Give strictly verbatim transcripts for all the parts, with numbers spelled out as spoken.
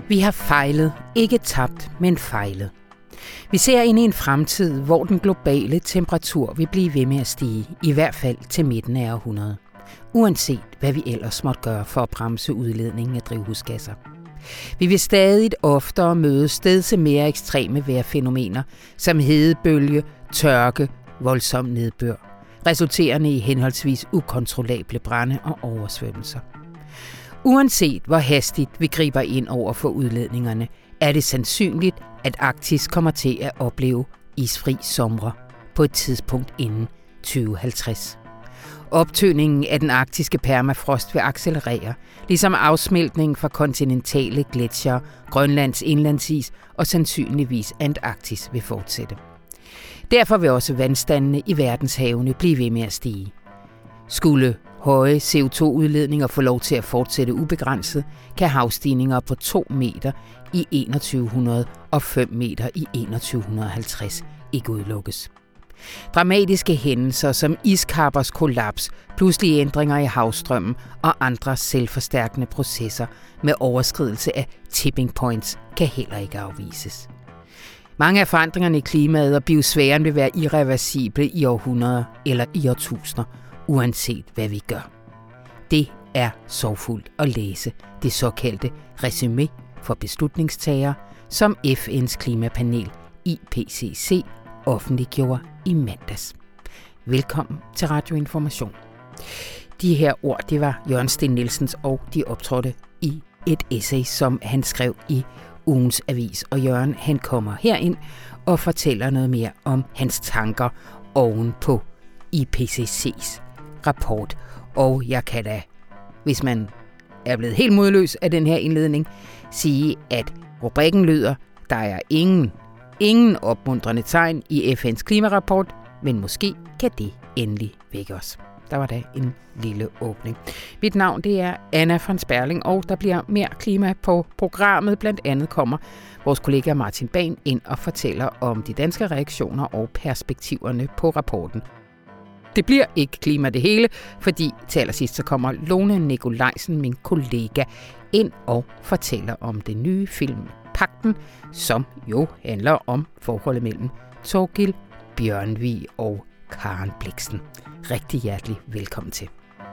Vi har fejlet, ikke tabt, men fejlet. Vi ser ind i en fremtid, hvor den globale temperatur vil blive ved med at stige, i hvert fald til midten af århundredet. Uanset hvad vi ellers måtte gøre for at bremse udledningen af drivhusgasser. Vi vil stadig oftere møde stedse mere ekstreme vejrfænomener, som hedebølge, tørke, voldsom nedbør, resulterende i henholdsvis ukontrollable brande og oversvømmelser. Uanset hvor hastigt vi griber ind over for udledningerne, er det sandsynligt, at Arktis kommer til at opleve isfri somre på et tidspunkt inden tyve halvtreds. Optøningen af den arktiske permafrost vil accelerere, ligesom afsmeltningen fra kontinentale gletsjere, Grønlands indlandsis og sandsynligvis Antarktis vil fortsætte. Derfor vil også vandstandene i verdenshavene blive ved med at stige. Skulle høje C O to udledninger få lov til at fortsætte ubegrænset, kan havstigninger på to meter i enogtyve hundrede og fem meter i enogtyve halvtreds ikke udelukkes. Dramatiske hændelser som iskappers kollaps, pludselige ændringer i havstrømmen og andre selvforstærkende processer med overskridelse af tipping points kan heller ikke afvises. Mange af forandringerne i klimaet og biosfæren vil være irreversible i århundreder eller i årtusinder, uanset hvad vi gør. Det er sorgfuldt at læse det såkaldte resumé for beslutningstagere, som F N's klimapanel I P C C offentliggjorde i mandags. Velkommen til Radio Information. De her ord, det var Jørgen Steen Nielsens, og de optrådte i et essay, som han skrev i ugens avis. Og Jørgen, han kommer herind og fortæller noget mere om hans tanker oven på I P C C's rapport. Og jeg kan da, hvis man er blevet helt modløs af den her indledning, sige, at rubrikken lyder, der er ingen, ingen opmuntrende tegn i F N's klimarapport, men måske kan det endelig vække os. Der var da en lille åbning. Mit navn det er Anna von Sperling, og der bliver mere klima på programmet. Blandt andet kommer vores kollega Martin Bahn ind og fortæller om de danske reaktioner og perspektiverne på rapporten. Det bliver ikke klima det hele, fordi til allersidst så kommer Lone Nikolajsen, min kollega, ind og fortæller om den nye film Pagten, som jo handler om forholdet mellem Thorkild Bjørnvig og Karen Blixen. Rigtig hjertelig velkommen til.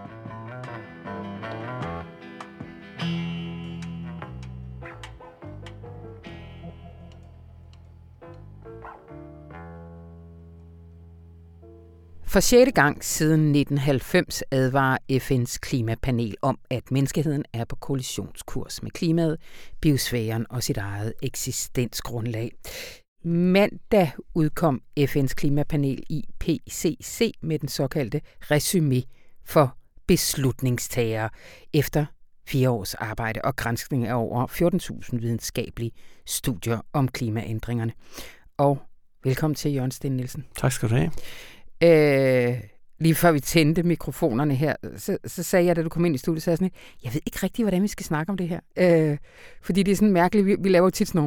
For sjette gang siden nitten halvfems advarer F N's klimapanel om, at menneskeheden er på kollisionskurs med klimaet, biosfæren og sit eget eksistensgrundlag. Mandag udkom F N's klimapanel I P C C med den såkaldte resumé for beslutningstagere efter fire års arbejde og granskning af over fjorten tusind videnskabelige studier om klimaændringerne. Og velkommen til Jørgen Steen Nielsen. Tak skal du have. Øh, lige før vi tændte mikrofonerne her, så, så sagde jeg, da du kom ind i studiet, så jeg sådan, jeg ved ikke rigtig, hvordan vi skal snakke om det her. Øh, fordi det er sådan mærkeligt, vi, vi laver tit sådan nogle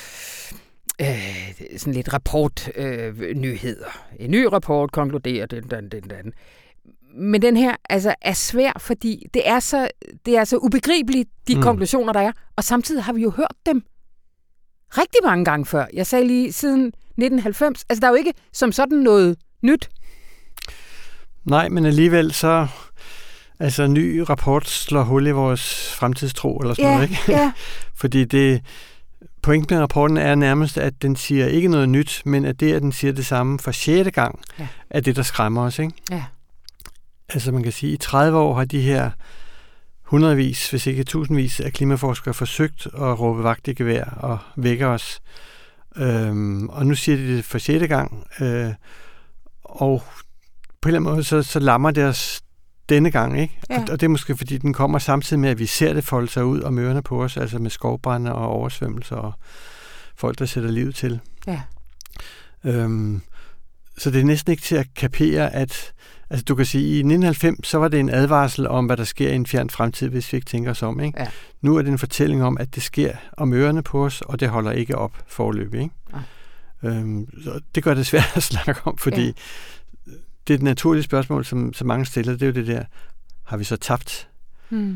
øh, sådan lidt rapport-nyheder. Øh, en ny rapport konkluderer den, den, den, den. Men den her altså, er svær, fordi det er så, det er så ubegribeligt, de mm. konklusioner, der er. Og samtidig har vi jo hørt dem rigtig mange gange før. Jeg sagde lige siden nitten halvfems. Altså, der er jo ikke som sådan noget nyt. Nej, men alligevel så, altså en ny rapport slår hul i vores fremtidstro, eller sådan ja, noget, ikke? Ja. Fordi det, pointen med rapporten er nærmest, at den siger ikke noget nyt, men at det, at den siger det samme for sjette gang, ja. er det, der skræmmer os, ikke? Ja. Altså man kan sige, at i tredive år har de her hundredvis, hvis ikke tusindvis af klimaforskere forsøgt at råbe vagt i gevær og vække os. Øhm, og nu siger de det for sjette gang, øh, og på en eller anden måde, så, så lammer det os denne gang, ikke? Ja. Og, og det er måske, fordi den kommer samtidig med, at vi ser det folde sig ud om ørerne på os, altså med skovbrande og oversvømmelser og folk, der sætter livet til. Ja. Øhm, så det er næsten ikke til at kapere, at altså du kan sige, at i nitten halvfems, så var det en advarsel om, hvad der sker i en fjern fremtid, hvis vi ikke tænker os om, ikke? Ja. Nu er det en fortælling om, at det sker om ørerne på os, og det holder ikke op foreløbig, ikke? Ja. Øhm, så det gør det svært at snakke om, fordi ja. det er et naturligt spørgsmål, som så mange stiller, det er jo det der, har vi så tabt? Hmm.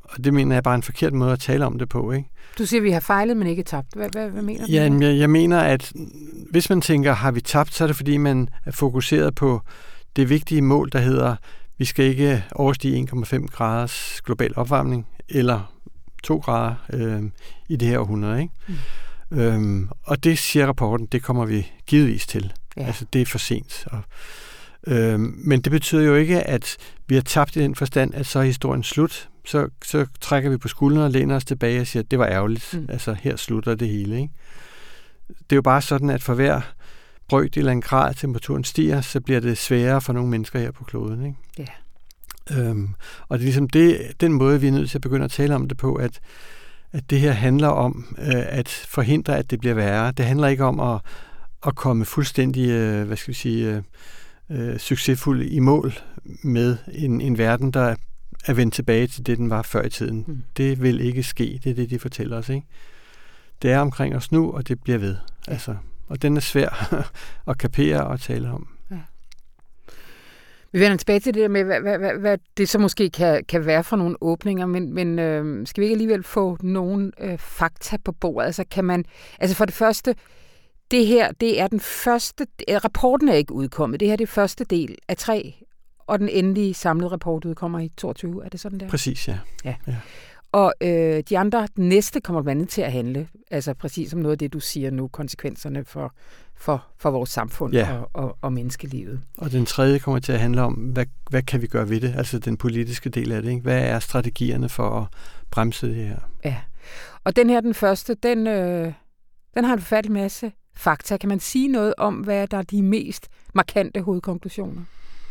og det mener jeg bare en forkert måde at tale om det på, ikke? Du siger, at vi har fejlet, men ikke tabt. Hvad, hvad, hvad mener du? Ja, jeg, jeg mener, at hvis man tænker, har vi tabt, så er det fordi, man er fokuseret på det vigtige mål, der hedder, vi skal ikke overstige en komma fem graders global opvarmning, eller to grader øh, i det her århundrede, ikke? Mm. Øhm, og det siger rapporten, det kommer vi givetvis til. Ja. Altså, det er for sent. Og, øhm, men det betyder jo ikke, at vi har tabt i den forstand, at så er historien slut. Så, så trækker vi på skuldrene og læner os tilbage og siger, at det var ærgerligt. Mm. Altså, her slutter det hele, ikke? Det er jo bare sådan, at for hver brøkdel af en grad, temperaturen stiger, så bliver det sværere for nogle mennesker her på kloden, ikke? Ja. Øhm, og det er ligesom det, den måde, vi er nødt til at begynde at tale om det på, at, at det her handler om øh, at forhindre, at det bliver værre. Det handler ikke om at, at komme fuldstændig, øh, hvad skal vi sige, øh, succesfuld i mål med en, en verden, der er vendt tilbage til det, den var før i tiden. Mm. Det vil ikke ske, det er det, de fortæller os, ikke? Det er omkring os nu, og det bliver ved. Ja. Altså, og den er svær at kapere og tale om. Ja. Vi vender tilbage til det der med, hvad, hvad, hvad, hvad det så måske kan, kan være for nogle åbninger, men, men øh, skal vi ikke alligevel få nogle øh, fakta på bordet? Altså, kan man, altså for det første, det her, det er den første, rapporten er ikke udkommet, det her det er første del af tre, og den endelige samlede rapport udkommer i toogtyve, er det sådan der? Præcis, ja. ja. ja. Og øh, de andre, den næste kommer blandt andet til at handle, altså præcis som noget af det, du siger nu, konsekvenserne for, for, for vores samfund ja. og, og, og menneskelivet. Og den tredje kommer til at handle om, hvad, hvad kan vi gøre ved det, altså den politiske del af det, ikke? Hvad er strategierne for at bremse det her? Ja, og den her, den første, den, øh, den har en forfærdelig masse fakta. Kan man sige noget om, hvad der er de mest markante hovedkonklusioner?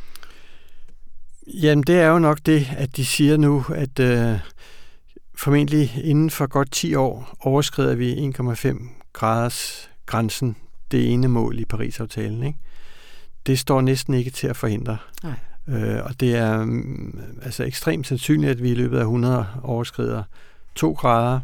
Jamen, det er jo nok det, at de siger nu, at øh, formentlig inden for godt ti år overskrider vi en komma fem graders grænsen, det ene mål i Paris-aftalen, ikke? Det står næsten ikke til at forhindre. Nej. Øh, og det er um, altså ekstremt sandsynligt, at vi i løbet af hundrede overskrider to grader.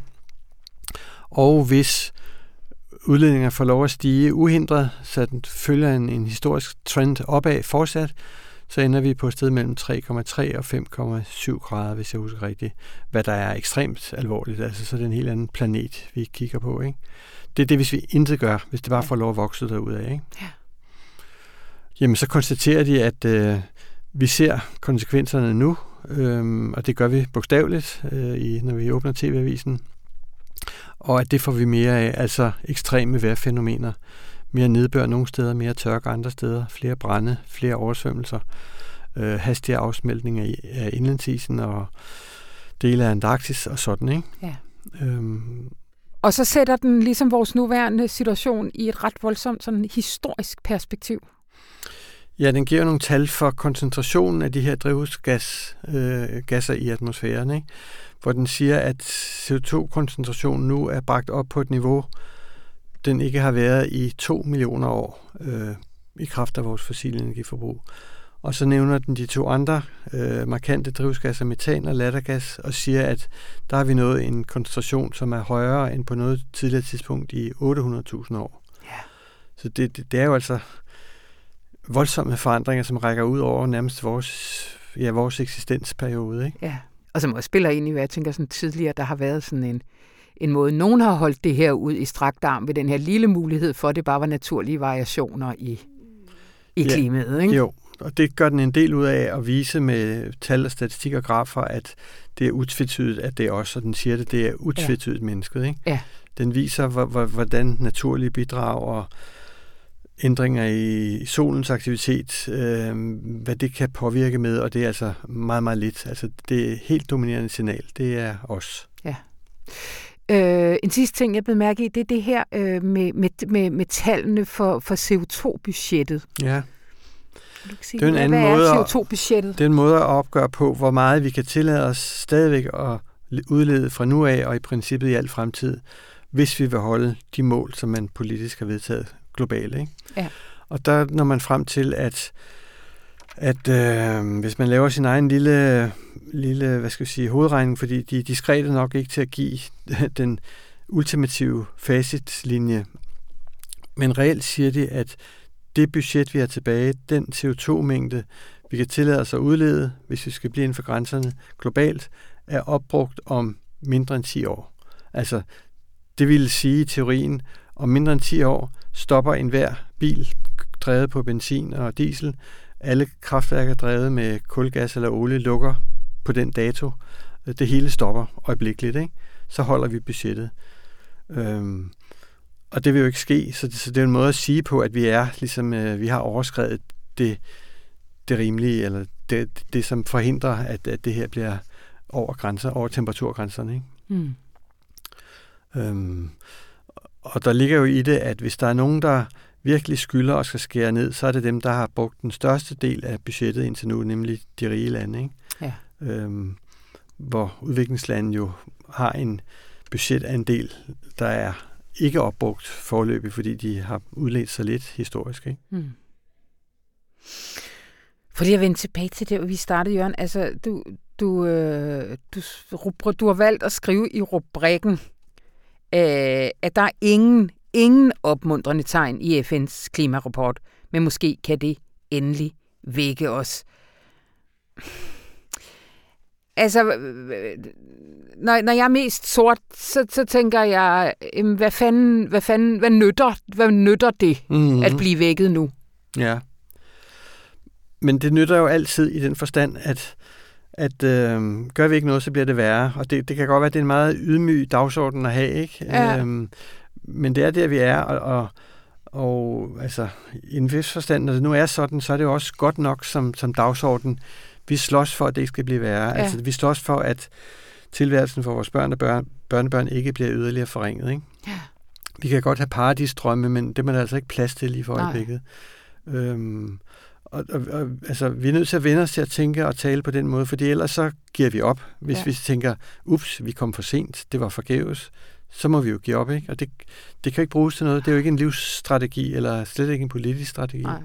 Og hvis udledninger får lov at stige uhindret, så den følger en, en historisk trend opad fortsat, så ender vi på et sted mellem tre komma tre og fem komma syv grader, hvis jeg husker rigtigt. Hvad der er ekstremt alvorligt. Altså, så er det en helt anden planet, vi kigger på, ikke? Det er det, hvis vi intet gør, hvis det bare får lov at vokse derudad, ikke? Ja. Jamen, så konstaterer de, at øh, vi ser konsekvenserne nu, øh, og det gør vi bogstaveligt, øh, i, når vi åbner T V-avisen, og at det får vi mere af, altså ekstreme vejrfænomener. Mere nedbør nogle steder, mere tørke andre steder, flere brande, flere oversvømmelser, øh, hastigere afsmeltning af, af indlandsisen og dele af Antarktis og sådan, ikke? Ja. Øhm. Og så sætter den ligesom vores nuværende situation i et ret voldsomt sådan historisk perspektiv. Ja, den giver nogle tal for koncentrationen af de her drivhusgasser øh, i atmosfæren, ikke? Hvor den siger, at C O to koncentrationen nu er bragt op på et niveau, den ikke har været i to millioner år øh, i kraft af vores fossile energiforbrug. Og så nævner den de to andre øh, markante drivhusgasser, metan og lattergas, og siger, at der har vi nået en koncentration, som er højere end på noget tidligere tidspunkt i otte hundrede tusind år. Ja. Så det, det, det er jo altså voldsomme forandringer, som rækker ud over nærmest vores, ja, vores eksistensperiode, ikke? Ja, og som også spiller ind i, hvad jeg tænker sådan tidligere, der har været sådan en en måde, nogen har holdt det her ud i strakt arm ved den her lille mulighed for, at det bare var naturlige variationer i, i ja, klimaet, ikke? Jo, og det gør den en del ud af at vise med tal og statistik og grafer, at det er utvetydigt, at det er os, og den siger det, det er utvetydigt ja. mennesket, ikke? Ja. Den viser, hvordan naturlige bidrag og ændringer i solens aktivitet, øh, hvad det kan påvirke med, og det er altså meget, meget lidt. Altså, det er helt dominerende signal. Det er os. Ja. Øh, en sidste ting, jeg blev mærke i, det er det her øh, med, med, med, med tallene for, for C O to budgettet. Ja. Kan du ikke sige, det er en anden måde, C O to budgettet? Det er en måde at opgøre på, hvor meget vi kan tillade os stadigvæk at udlede fra nu af, og i princippet i al fremtid, hvis vi vil holde de mål, som man politisk har vedtaget globalt, ikke? Ja. Og der når man frem til, at at øh, hvis man laver sin egen lille, lille hvad skal vi sige, hovedregning, fordi de er diskrete nok ikke til at give den ultimative facitlinje, men reelt siger de, at det budget, vi har tilbage, den C O to mængde, vi kan tillade os at udlede, hvis vi skal blive inden for grænserne globalt, er opbrugt om mindre end ti år. Altså, det vil sige i teorien, om mindre end ti år stopper enhver bil drevet på benzin og diesel. Alle kraftværker drevet med kul, gas eller olie lukker på den dato. Det hele stopper øjeblikkeligt, ikke? Så holder vi budgettet. Øhm, og det vil jo ikke ske, så det, så det er en måde at sige på, at vi er ligesom øh, vi har overskredet det, det rimelige, eller det, det som forhindrer, at, at det her bliver over grænser, over temperaturgrænserne, ikke? Mm. Øhm, og der ligger jo i det, at hvis der er nogen, der virkelig skylder og skal skære ned, så er det dem, der har brugt den største del af budgettet indtil nu, nemlig de rige lande, ikke? Ja. Øhm, hvor udviklingslandene jo har en budgetandel, der er ikke opbrugt foreløbig, fordi de har udledt sig lidt historisk, ikke? Mm. Fordi jeg vender tilbage til det, vi startede, Jørgen. Altså, du, du, øh, du, du har valgt at skrive i rubrikken, øh, at der er ingen, ingen opmuntrende tegn i F N's klimarapport, men måske kan det endelig vække os. Altså, når, når jeg er mest sort, så, så tænker jeg, hvad fanden, hvad fanden, hvad nytter, hvad nytter det, mm-hmm. at blive vækket nu? Ja. Men det nytter jo altid i den forstand, at, at øh, gør vi ikke noget, så bliver det værre. Og det, det kan godt være, at det er en meget ydmyg dagsorden at have, ikke? Ja. Øhm, men det er der, vi er, og, og, og altså, i en vis forstand, når det nu er sådan, så er det jo også godt nok som, som dagsorden. Vi slås for, at det ikke skal blive værre. Ja. Altså, vi slås for, at tilværelsen for vores børn og børn, børnebørn ikke bliver yderligere forringet, ikke? Ja. Vi kan godt have paradisdrømme, men det er der altså ikke plads til lige for øjeblikket. Øhm, og, og, og, altså, vi er nødt til at vende os til at tænke og tale på den måde, fordi ellers så giver vi op. Hvis ja. vi tænker, ups, vi kom for sent, det var forgæves, så må vi jo give op, ikke? Og det, det kan ikke bruges til noget. Det er jo ikke en livsstrategi, eller slet ikke en politisk strategi. Nej.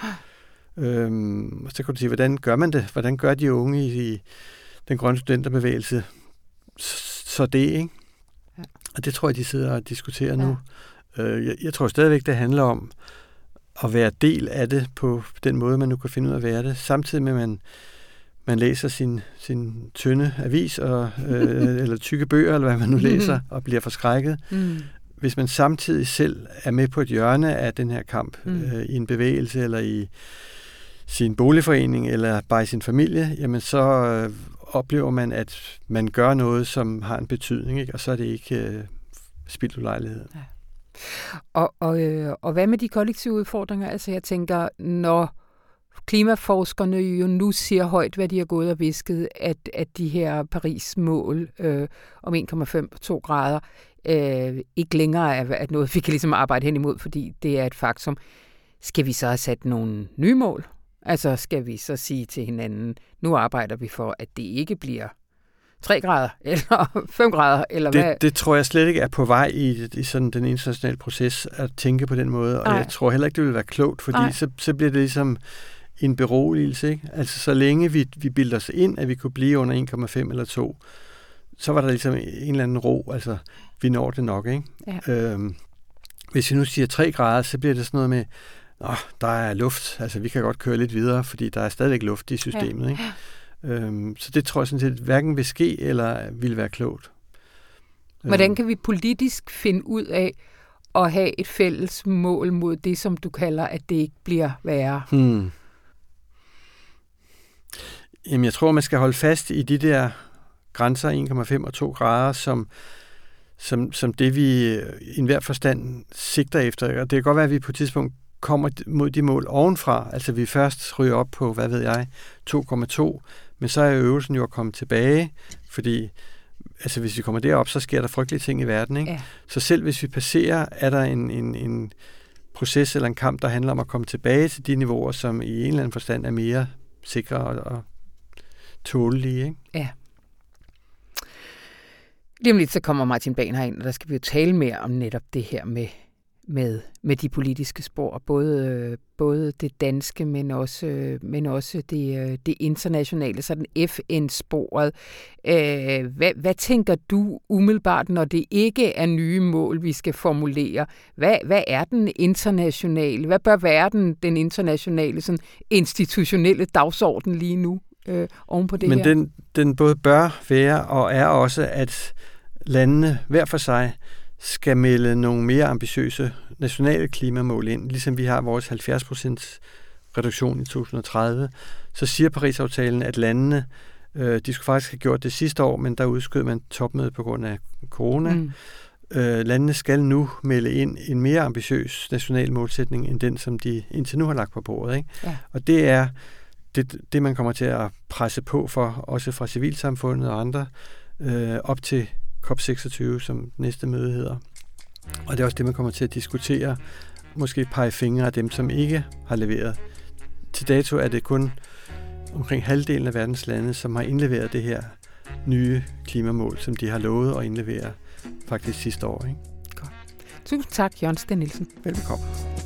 Øhm, og så kan du sige, hvordan gør man det? Hvordan gør de unge i, i den grønne studenterbevægelse så det, ikke? Ja. Og det tror jeg, de sidder og diskuterer ja. nu. Øh, jeg, jeg tror stadigvæk, det handler om at være del af det på den måde, man nu kan finde ud af at være det. Samtidig med, at man, man læser sin, sin tynde avis, og, øh, eller tykke bøger, eller hvad man nu læser, og bliver forskrækket. Mm. Hvis man samtidig selv er med på et hjørne af den her kamp, mm. øh, i en bevægelse, eller i sin boligforening, eller bare i sin familie, jamen så øh, oplever man, at man gør noget, som har en betydning, ikke? Og så er det ikke øh, spildt ulejlighed. Ja. Og, og, øh, og hvad med de kollektive udfordringer? Altså jeg tænker, når klimaforskerne jo nu siger højt, hvad de har gået og visket, at, at de her Paris-mål øh, om en komma fem til to grader øh, ikke længere er at noget, vi kan ligesom arbejde hen imod, fordi det er et faktum. Skal vi så have sat nogle nye mål? Altså skal vi så sige til hinanden, nu arbejder vi for, at det ikke bliver tre grader eller fem grader? Eller det, hvad? Det tror jeg slet ikke er på vej i, i sådan den internationale proces at tænke på den måde, og Ej. jeg tror heller ikke, det vil være klogt, fordi så, så bliver det ligesom en beroligelse, ikke? Altså så længe vi, vi bilder os ind, at vi kunne blive under en komma fem eller to, så var der ligesom en eller anden ro, altså vi når det nok, ikke? Ja. Øhm, hvis vi nu siger tre grader, så bliver det sådan noget med, åh, der er luft, altså vi kan godt køre lidt videre, fordi der er stadigvæk luft i systemet, ja. ikke? Øhm, så det tror jeg sådan set hverken vil ske, eller vil være klogt. Hvordan kan vi politisk finde ud af at have et fælles mål mod det, som du kalder, at det ikke bliver værre? Hmm. Jamen, jeg tror, man skal holde fast i de der grænser en komma fem og to grader, som, som, som det, vi i enhver forstand sigter efter. Og det kan godt være, at vi på et tidspunkt kommer mod de mål ovenfra. Altså, vi først ryger op på, hvad ved jeg, to komma to, men så er øvelsen jo at komme tilbage, fordi altså, hvis vi kommer derop, så sker der frygtelige ting i verden, ikke? Ja. Så selv hvis vi passerer, er der en, en, en proces eller en kamp, der handler om at komme tilbage til de niveauer, som i en eller anden forstand er mere sikre og, og tålelige, ikke? Ja. Lige om lidt, så kommer Martin Bahn herind, og der skal vi jo tale mere om netop det her med, med, med de politiske spor, både, både det danske, men også, men også det, det internationale, sådan F N-sporet. Hvad, hvad tænker du umiddelbart, når det ikke er nye mål, vi skal formulere? Hvad, hvad er den internationale, hvad bør være den, den internationale sådan institutionelle dagsorden lige nu? øh, oven på det Men her? Men den, den både bør være og er også, at landene hver for sig skal melde nogle mere ambitiøse nationale klimamål ind. Ligesom vi har vores halvfjerds procent reduktion i to tusind og tredive, så siger Paris-aftalen, at landene, øh, de skulle faktisk have gjort det sidste år, men der udskød man topmødet på grund af corona. Mm. Øh, landene skal nu melde ind en mere ambitiøs national målsætning, end den, som de indtil nu har lagt på bordet. Ikke? Ja. Og det er det, det, man kommer til at presse på for, også fra civilsamfundet og andre, øh, op til COP seksogtyve, som næste møde hedder. Og det er også det, man kommer til at diskutere, måske pege fingre af dem, som ikke har leveret. Til dato er det kun omkring halvdelen af verdens lande, som har indleveret det her nye klimamål, som de har lovet at indlevere faktisk sidste år. Ikke? Godt. Tusind tak, Jørgen Steen Nielsen. Velbekomme.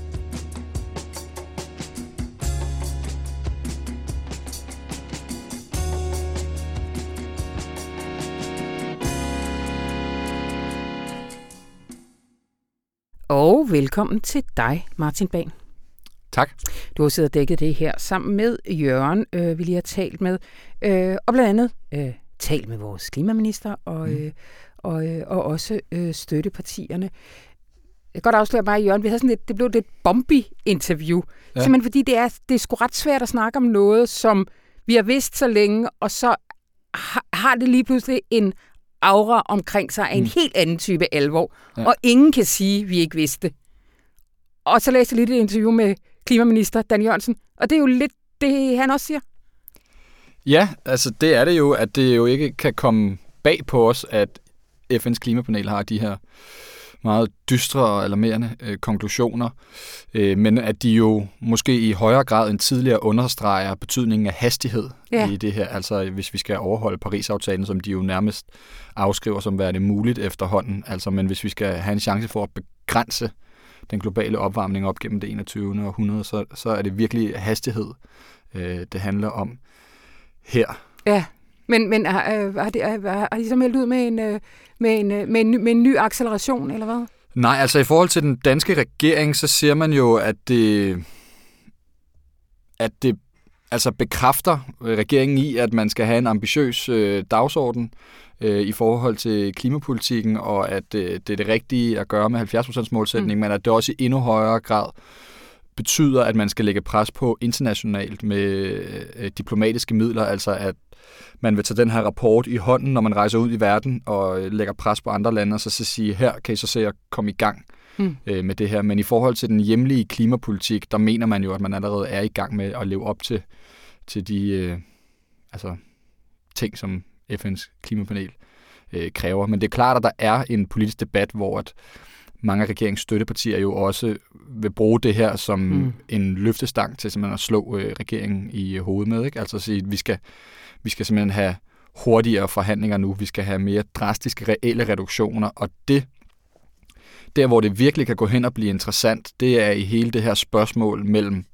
Og velkommen til dig, Martin Bahn. Tak. Du har siddet og dækket det her sammen med Jørgen, øh, vi lige har talt med, øh, og blandt andet øh, talt med vores klimaminister og, øh, og, øh, og også øh, støttepartierne. Jeg kan godt afsløre mig, Jørgen, vi havde sådan et, det blev et Bombi-interview, ja. Simpelthen fordi det er, det er sgu ret svært at snakke om noget, som vi har vidst så længe, og så har, har det lige pludselig en aura omkring sig af en mm. helt anden type alvor, ja. Og ingen kan sige, at vi ikke vidste. Og så læste jeg lidt et interview med klimaminister Dan Jørgensen, og det er jo lidt det, han også siger. Ja, altså det er det jo, at det jo ikke kan komme bag på os, at F N's klimapanel har de her meget dystre og alarmerende øh, konklusioner, øh, men at de jo måske i højere grad end tidligere understreger betydningen af hastighed ja. I det her. Altså hvis vi skal overholde Paris-aftalen, som de jo nærmest afskriver som værende muligt efterhånden, altså men hvis vi skal have en chance for at begrænse den globale opvarmning op gennem det enogtyvende århundrede, så, så er det virkelig hastighed, øh, det handler om her. Ja, men, men har, har, de, har, har de så meldt ud med en, med, en, med, en, med en ny acceleration, eller hvad? Nej, altså i forhold til den danske regering, så siger man jo, at det, at det altså bekræfter regeringen i, at man skal have en ambitiøs øh, dagsorden øh, i forhold til klimapolitikken, og at øh, det er det rigtige at gøre med halvfjerds procent målsætning, mm. men at det også i endnu højere grad betyder, at man skal lægge pres på internationalt med øh, diplomatiske midler, altså at man vil tage den her rapport i hånden, når man rejser ud i verden og øh, lægger pres på andre lande, og så, så sige, her kan I så se at komme i gang mm. øh, med det her. Men i forhold til den hjemlige klimapolitik, der mener man jo, at man allerede er i gang med at leve op til, til de øh, altså, ting, som F N's klimapanel øh, kræver. Men det er klart, at der er en politisk debat, hvor at mange af regeringens støttepartier jo også vil bruge det her som mm. en løftestang til simpelthen at slå øh, regeringen i hovedet med. Ikke? Altså at sige, at vi skal, vi skal simpelthen have hurtigere forhandlinger nu, vi skal have mere drastiske reelle reduktioner, og det, der hvor det virkelig kan gå hen og blive interessant, det er i hele det her spørgsmål mellem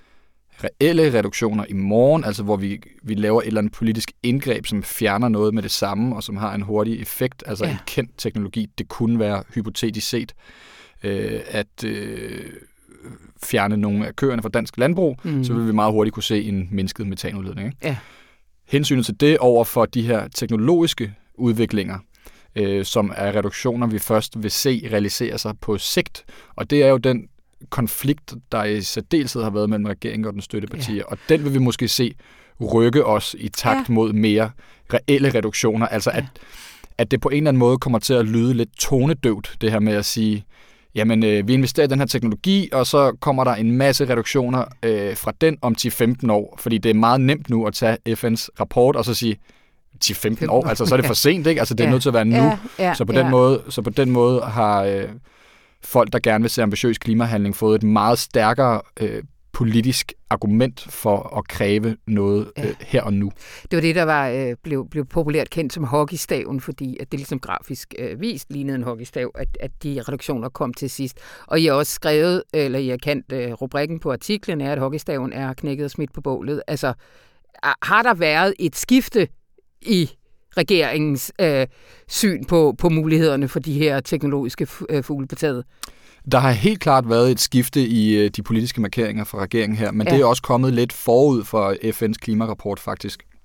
reelle reduktioner i morgen, altså hvor vi, vi laver et eller andet politisk indgreb, som fjerner noget med det samme, og som har en hurtig effekt, altså ja. En kendt teknologi. Det kunne være hypotetisk set, øh, at øh, fjerne nogle af køerne fra dansk landbrug, mm. så vil vi meget hurtigt kunne se en mindsket metanudledning. Ikke? Ja. Hensynet til det over for de her teknologiske udviklinger, øh, som er reduktioner, vi først vil se realisere sig på sigt, og det er jo den konflikt, der i særdeleshed har været mellem regeringen og den støttepartier, ja. Og den vil vi måske se rykke os i takt ja. Mod mere reelle reduktioner, altså ja. at, at det på en eller anden måde kommer til at lyde lidt tonedøvt, det her med at sige, jamen øh, vi investerer i den her teknologi, og så kommer der en masse reduktioner øh, fra den om ti til femten år, fordi det er meget nemt nu at tage F N's rapport og så sige, ti til femten år, altså så er det for sent, ikke? Altså det er ja. Nødt til at være nu, ja. Ja. Så, på den ja. måde, så på den måde har øh, folk, der gerne vil se ambitiøs klimahandling, fået et meget stærkere øh, politisk argument for at kræve noget øh, her og nu. Det var det, der var, øh, blev, blev populært kendt som hockeystaven, fordi at det ligesom grafisk øh, vist lignede en hockeystav, at, at de reduktioner kom til sidst. Og I har også skrevet, eller I har kendt øh, rubrikken på artiklen, er, at hockeystaven er knækket og smidt på bålet. Altså, har der været et skifte i regeringens øh, syn på, på mulighederne for de her teknologiske øh, fugle på taget? Der har helt klart været et skifte i øh, de politiske markeringer fra regeringen her, men ja. Det er også kommet lidt forud for F N's klimarapport faktisk.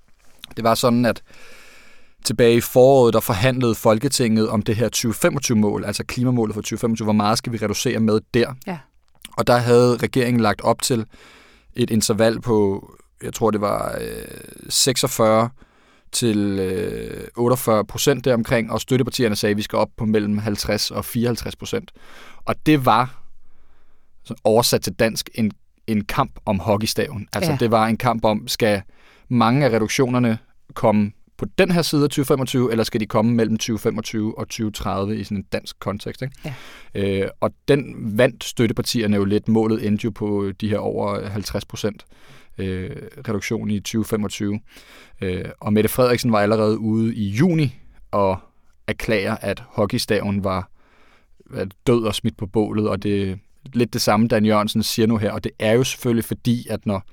Det var sådan, at tilbage i foråret, der forhandlede Folketinget om det her tyve femogtyve-mål, altså klimamålet for tyve femogtyve. Hvor meget skal vi reducere med der? Ja. Og der havde regeringen lagt op til et interval på, jeg tror det var øh, seksogfyrre til øh, otteogfyrre procent deromkring, og støttepartierne sagde, at vi skal op på mellem halvtreds og fireoghalvtreds procent. Og det var oversat til dansk en, en kamp om hockeystaven. Altså ja. Det var en kamp om, skal mange af reduktionerne komme på den her side af tyve femogtyve, eller skal de komme mellem tyve femogtyve og tyve tredive i sådan en dansk kontekst, ikke? Ja. Øh, og den vandt støttepartierne jo lidt. Målet endte jo på de her over halvtreds procent øh, reduktion i tyve femogtyve. Øh, og Mette Frederiksen var allerede ude i juni og erklære, at hockeystaven var død og smidt på bålet, og det er lidt det samme, Dan Jørgensen siger nu her, og det er jo selvfølgelig fordi, at når,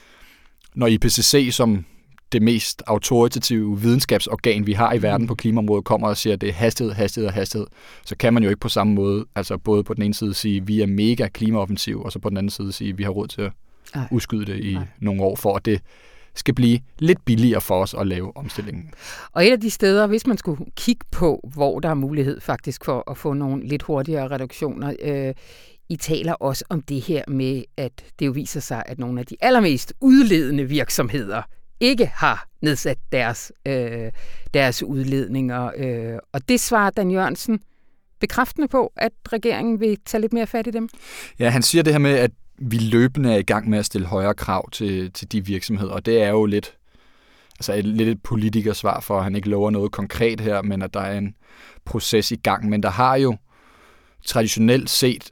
når I P C C, som det mest autoritative videnskabsorgan, vi har i verden på klimaområdet, kommer og siger, at det er hastighed, hastighed og hastighed, så kan man jo ikke på samme måde, altså både på den ene side sige, at vi er mega klimaoffensiv, og så på den anden side sige, at vi har råd til at Ej. udskyde det i Ej. nogle år, for at det skal blive lidt billigere for os at lave omstillingen. Og et af de steder, hvis man skulle kigge på, hvor der er mulighed faktisk for at få nogle lidt hurtigere reduktioner, øh, I taler også om det her med, at det jo viser sig, at nogle af de allermest udledende virksomheder ikke har nedsat deres, øh, deres udledninger. Øh, og det svarer Dan Jørgensen bekræftende på, at regeringen vil tage lidt mere fat i dem? Ja, han siger det her med, at vi løbende er i gang med at stille højere krav til, til de virksomheder, og det er jo lidt, altså et, lidt et politikersvar for, at han ikke lover noget konkret her, men at der er en proces i gang. Men der har jo traditionelt set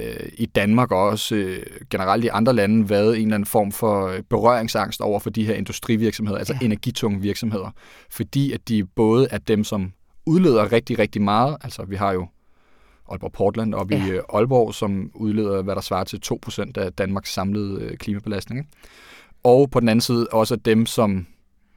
i Danmark og også øh, generelt i andre lande været en eller anden form for berøringsangst over for de her industrivirksomheder, altså ja. energitunge virksomheder, fordi at de både er dem, som udleder rigtig, rigtig meget, altså vi har jo Aalborg Portland oppe ja. i Aalborg, som udleder, hvad der svarer til to procent af Danmarks samlede øh, klimabelastning, ikke? Og på den anden side også dem, som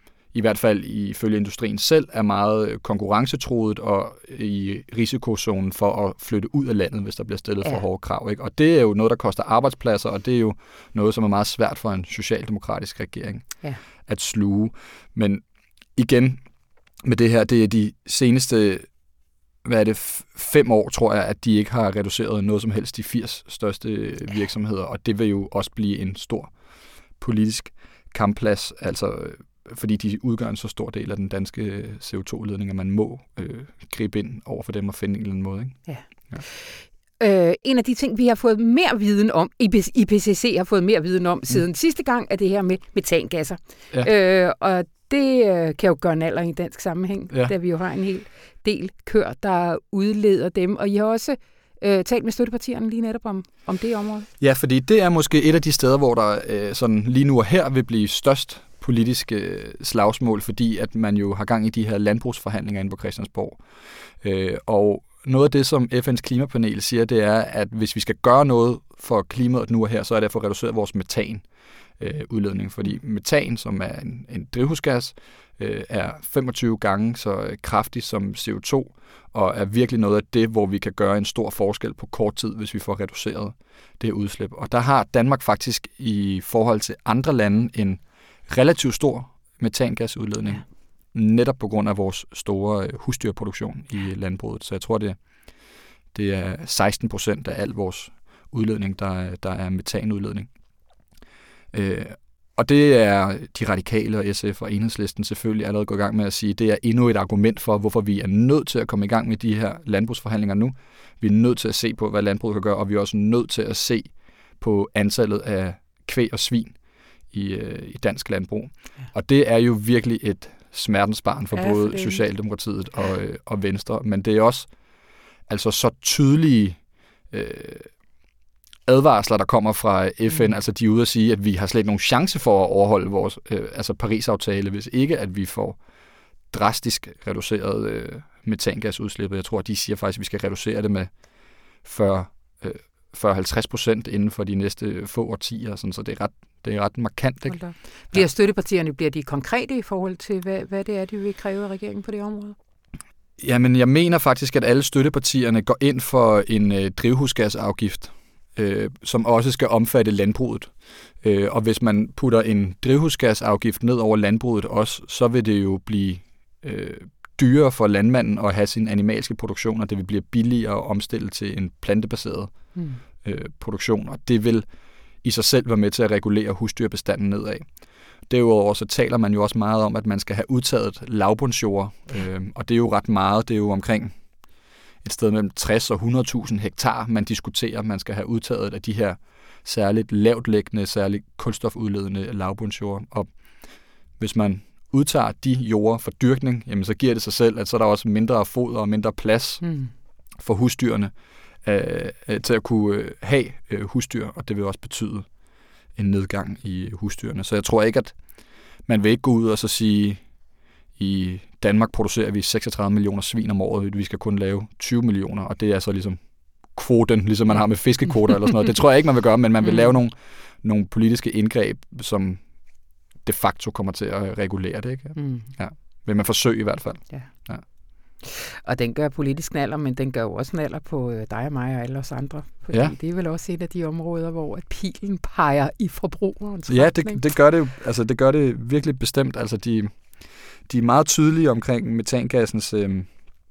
i hvert fald ifølge industrien selv, er meget konkurrencetruet og i risikozonen for at flytte ud af landet, hvis der bliver stillet ja. for hårde krav, ikke? Og det er jo noget, der koster arbejdspladser, og det er jo noget, som er meget svært for en socialdemokratisk regering ja. at sluge. Men igen, med det her, det er de seneste, hvad er det, fem år, tror jeg, at de ikke har reduceret noget som helst de firs største virksomheder, og det vil jo også blive en stor politisk kampplads, altså fordi de udgør en så stor del af den danske C O to udledning, at man må øh, gribe ind over for dem og finde en eller anden måde. Ikke? Ja. Ja. Øh, en af de ting, vi har fået mere viden om, I P C C har fået mere viden om mm. siden sidste gang, er det her med metangasser. Ja. Øh, og det øh, kan jo gøre en alder i dansk sammenhæng, ja. da vi jo har en hel del køer, der udleder dem. Og I har også øh, talt med støttepartierne lige netop om, om det område. Ja, fordi det er måske et af de steder, hvor der øh, sådan lige nu og her vil blive størst politiske slagsmål, fordi at man jo har gang i de her landbrugsforhandlinger inde på Christiansborg. Øh, og noget af det, som F N's klimapanel siger, det er, at hvis vi skal gøre noget for klimaet nu og her, så er det at få reduceret vores metan øh, udledning, fordi metan, som er en, en drivhusgas, øh, er femogtyve gange så kraftig som C O to, og er virkelig noget af det, hvor vi kan gøre en stor forskel på kort tid, hvis vi får reduceret det udslip. Og der har Danmark faktisk i forhold til andre lande en relativt stor metangasudledning, ja. netop på grund af vores store husdyrproduktion i landbruget. Så jeg tror, det, det er seksten procent af al vores udledning, der, der er metanudledning. Øh, og det er de radikale og S F og Enhedslisten selvfølgelig allerede gået i gang med at sige, det er endnu et argument for, hvorfor vi er nødt til at komme i gang med de her landbrugsforhandlinger nu. Vi er nødt til at se på, hvad landbruget kan gøre, og vi er også nødt til at se på antallet af kvæg og svin i, øh, i dansk landbrug. Ja. Og det er jo virkelig et smertensbarn for ja, både for Socialdemokratiet og, øh, og Venstre, men det er også altså så tydelige øh, advarsler, der kommer fra F N, mm. altså de er ude at sige, at vi har slet ikke nogen chance for at overholde vores øh, altså Paris-aftale, hvis ikke at vi får drastisk reduceret øh, metangasudslippet. Jeg tror, at de siger faktisk, at vi skal reducere det med fyrre til halvtreds procent inden for de næste få årtier, sådan, så det er ret, det er ret markant. Ikke? Bliver støttepartierne, bliver de konkrete i forhold til, hvad, hvad det er, de vil kræve af regeringen på det område? Jamen, jeg mener faktisk, at alle støttepartierne går ind for en øh, drivhusgasafgift øh, som også skal omfatte landbruget. Øh, og hvis man putter en drivhusgasafgift ned over landbruget også, så vil det jo blive øh, dyrere for landmanden at have sin animalske produktion, og det vil blive billigere at omstille til en plantebaseret mm. øh, produktion, og det vil i sig selv være med til at regulere husdyrbestanden nedad. Derudover så taler man jo også meget om, at man skal have udtaget lavbundsjord, øh, og det er jo ret meget, det er jo omkring et sted mellem tres og hundrede tusind hektar, man diskuterer, man skal have udtaget af de her særligt lavtliggende, særligt kulstofudledende lavbundsjord. Og hvis man udtager de jorder for dyrkning, jamen så giver det sig selv, at så er der også mindre foder og mindre plads mm. for husdyrene øh, til at kunne øh, have øh, husdyr, og det vil også betyde en nedgang i husdyrene. Så jeg tror ikke, at man vil ikke gå ud og så sige, i Danmark producerer vi seksogtredive millioner svin om året, vi skal kun lave tyve millioner, og det er så ligesom kvoten, ligesom man har med fiskekvoter eller sådan noget. Det tror jeg ikke, man vil gøre, men man vil lave nogle, nogle politiske indgreb, som de facto kommer til at regulere det, ikke? Mm. Ja. Vil man forsøge i hvert fald. Ja. Ja. Og den gør politisk knaller, men den gør jo også knaller på dig og mig og alle os andre. Fordi ja. det er vel også et af de områder, hvor at pilen peger i forbrugerens Ja, det, det gør det altså det gør det virkelig bestemt. Altså de, de er meget tydelige omkring metangassens øh,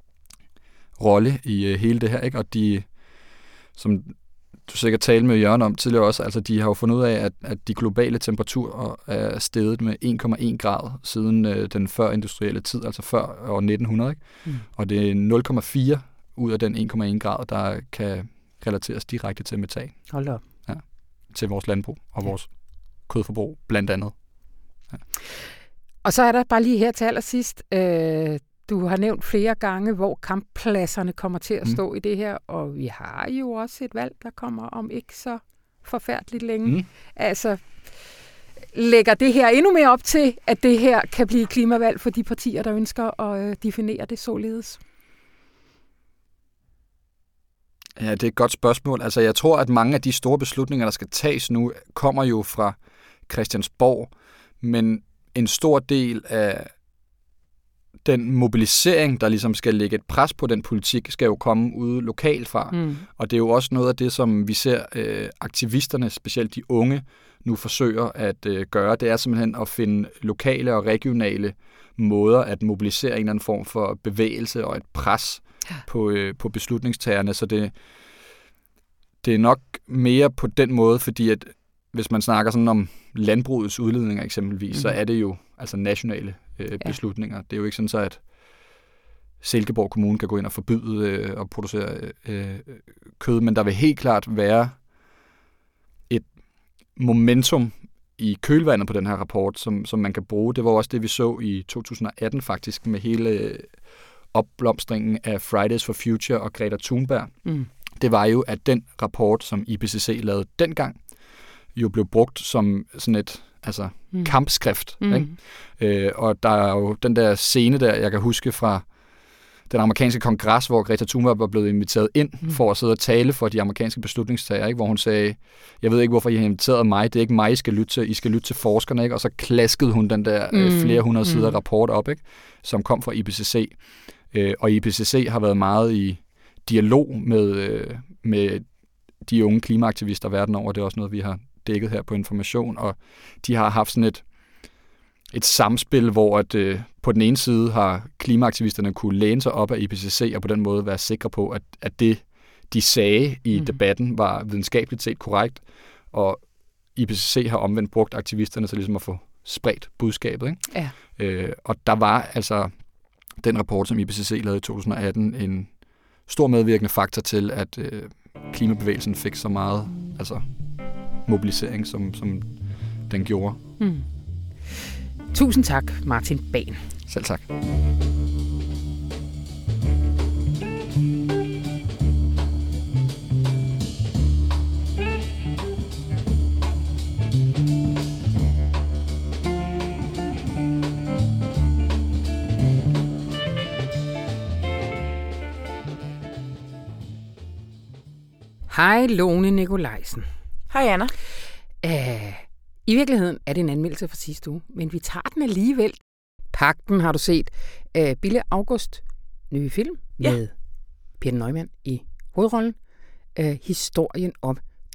rolle i øh, hele det her, ikke? Og de, som du sikkert talte med Jørgen om tidligere også, altså de har jo fundet ud af, at, at de globale temperaturer er steget med en komma en grad siden øh, den førindustrielle tid, altså før år nitten hundrede, ikke? Mm. Og det er nul komma fire ud af den en komma en grad, der kan relateres direkte til metan. Hold op. Ja, til vores landbrug og ja. vores kødforbrug, blandt andet. Ja. Og så er der bare lige her til allersidst, øh, du har nævnt flere gange, hvor kamppladserne kommer til at stå mm. i det her, og vi har jo også et valg, der kommer om ikke så forfærdeligt længe. Mm. Altså, lægger det her endnu mere op til, at det her kan blive klimavalg for de partier, der ønsker at øh, definere det således? Ja, det er et godt spørgsmål. Altså, jeg tror, at mange af de store beslutninger, der skal tages nu, kommer jo fra Christiansborg, men en stor del af den mobilisering, der ligesom skal lægge et pres på den politik, skal jo komme ude lokalt fra. Mm. Og det er jo også noget af det, som vi ser øh, aktivisterne, specielt de unge, nu forsøger at øh, gøre. Det er simpelthen at finde lokale og regionale måder at mobilisere en eller anden form for bevægelse og et pres ja. på, øh, på beslutningstagerne. Så det, det er nok mere på den måde, fordi at hvis man snakker sådan om landbrugets udledninger eksempelvis, mm. så er det jo altså nationale øh, beslutninger. Ja. Det er jo ikke sådan så, at Silkeborg Kommune kan gå ind og forbyde øh, at producere øh, kød, men der vil helt klart være et momentum i kølvandet på den her rapport, som, som man kan bruge. Det var også det, vi så i to tusind atten faktisk, med hele opblomstringen af Fridays for Future og Greta Thunberg. Mm. Det var jo, at den rapport, som I P C C lavede dengang, jo blev brugt som sådan et altså, mm. kampskrift. Mm. Ikke? Øh, og der er jo den der scene der, jeg kan huske fra den amerikanske kongres, hvor Greta Thunberg var blevet inviteret ind mm. for at sidde og tale for de amerikanske beslutningstagere, ikke? Hvor hun sagde, jeg ved ikke, hvorfor I har inviteret mig, det er ikke mig, I skal lytte til, I skal lytte til forskerne, ikke? Og så klaskede hun den der mm. øh, flere hundrede sider mm. rapport op, ikke? Som kom fra I P C C. Øh, og I P C C har været meget i dialog med, øh, med de unge klimaaktivister verden over. Det er også noget, vi har dækket her på Information, og de har haft sådan et, et samspil, hvor at, øh, på den ene side har klimaaktivisterne kunne læne sig op af I P C C, og på den måde være sikre på, at, at det, de sagde i mm. debatten, var videnskabeligt set korrekt, og I P C C har omvendt brugt aktivisterne til ligesom at få spredt budskabet. Ikke? Ja. Øh, og der var altså den rapport, som I P C C lavede i to tusind atten, en stor medvirkende faktor til, at øh, klimabevægelsen fik så meget altså mobilisering, som, som den gjorde. Mm. Tusind tak, Martin Bahn. Selv tak. Hej, Lone Nikolajsen. Hej, Anna. Æh, I virkeligheden er det en anmeldelse fra sidste uge, men vi tager den alligevel. Pagten har du set. Æh, Bille August, nye film ja. med Peter Neumann i hovedrollen. Æh, historien om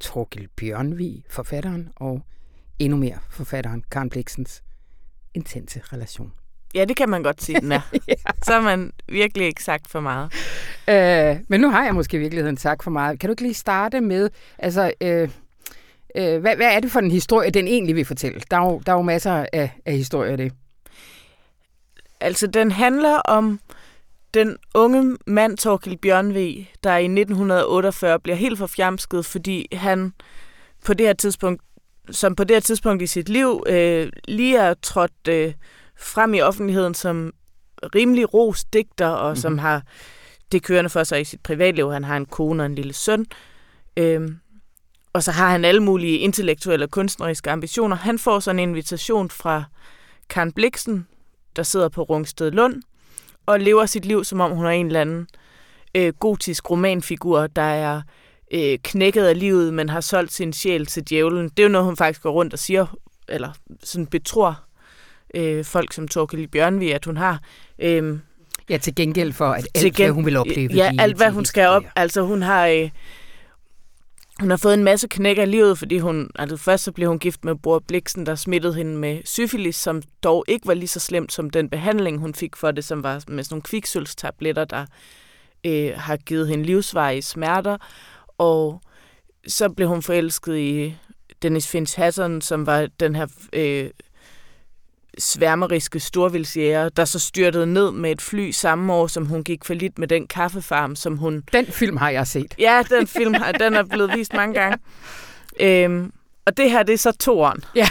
Thorkild Bjørnvig, forfatteren, og endnu mere forfatteren Karen Blixens intense relation. Ja, det kan man godt sige, den er. ja. Så har man virkelig ikke sagt for meget. Øh, men nu har jeg måske i virkeligheden sagt for meget. Kan du ikke lige starte med, altså, øh, øh, hvad, hvad er det for en historie, den egentlig vil fortælle? Der er jo, der er jo masser af, af historier af det. Altså, den handler om den unge mand, Thorkild Bjørnvig, der i nitten otteogfyrre bliver helt forfjamsket, fordi han på det her tidspunkt, som på det her tidspunkt i sit liv, øh, lige er trådt øh, frem i offentligheden som rimelig ros digter, og mm-hmm. som har det kørende for sig i sit privatliv. Han har en kone og en lille søn. Øhm, og så har han alle mulige intellektuelle og kunstneriske ambitioner. Han får sådan en invitation fra Karen Blixen, der sidder på Rungsted Lund, og lever sit liv, som om hun er en eller anden øh, gotisk romanfigur, der er øh, knækket af livet, men har solgt sin sjæl til djævlen. Det er jo noget, hun faktisk går rundt og siger, eller sådan betror øh, folk som Thorkild Bjørnvig, at hun har. Øh, ja, til gengæld for, at alt, gen- hvad hun vil opleve. Ja, alt, hvad hun skal op. Altså, hun har... Øh, Hun har fået en masse knæk af livet, fordi hun, altså først så blev hun gift med Bror Blixen, der smittede hende med syfilis, som dog ikke var lige så slemt som den behandling, hun fik for det, som var med sådan nogle kviksølvstabletter, der øh, har givet hende livsvarige smerter. Og så blev hun forelsket i Dennis Finch Hasson, som var den her øh, sværmeriske storvildsjæger, der så styrtede ned med et fly samme år, som hun gik fallit med den kaffefarm, som hun... Den film har jeg set. Ja, den film har, den er blevet vist mange gange. Øhm, og det her, det er så toeren. Ja.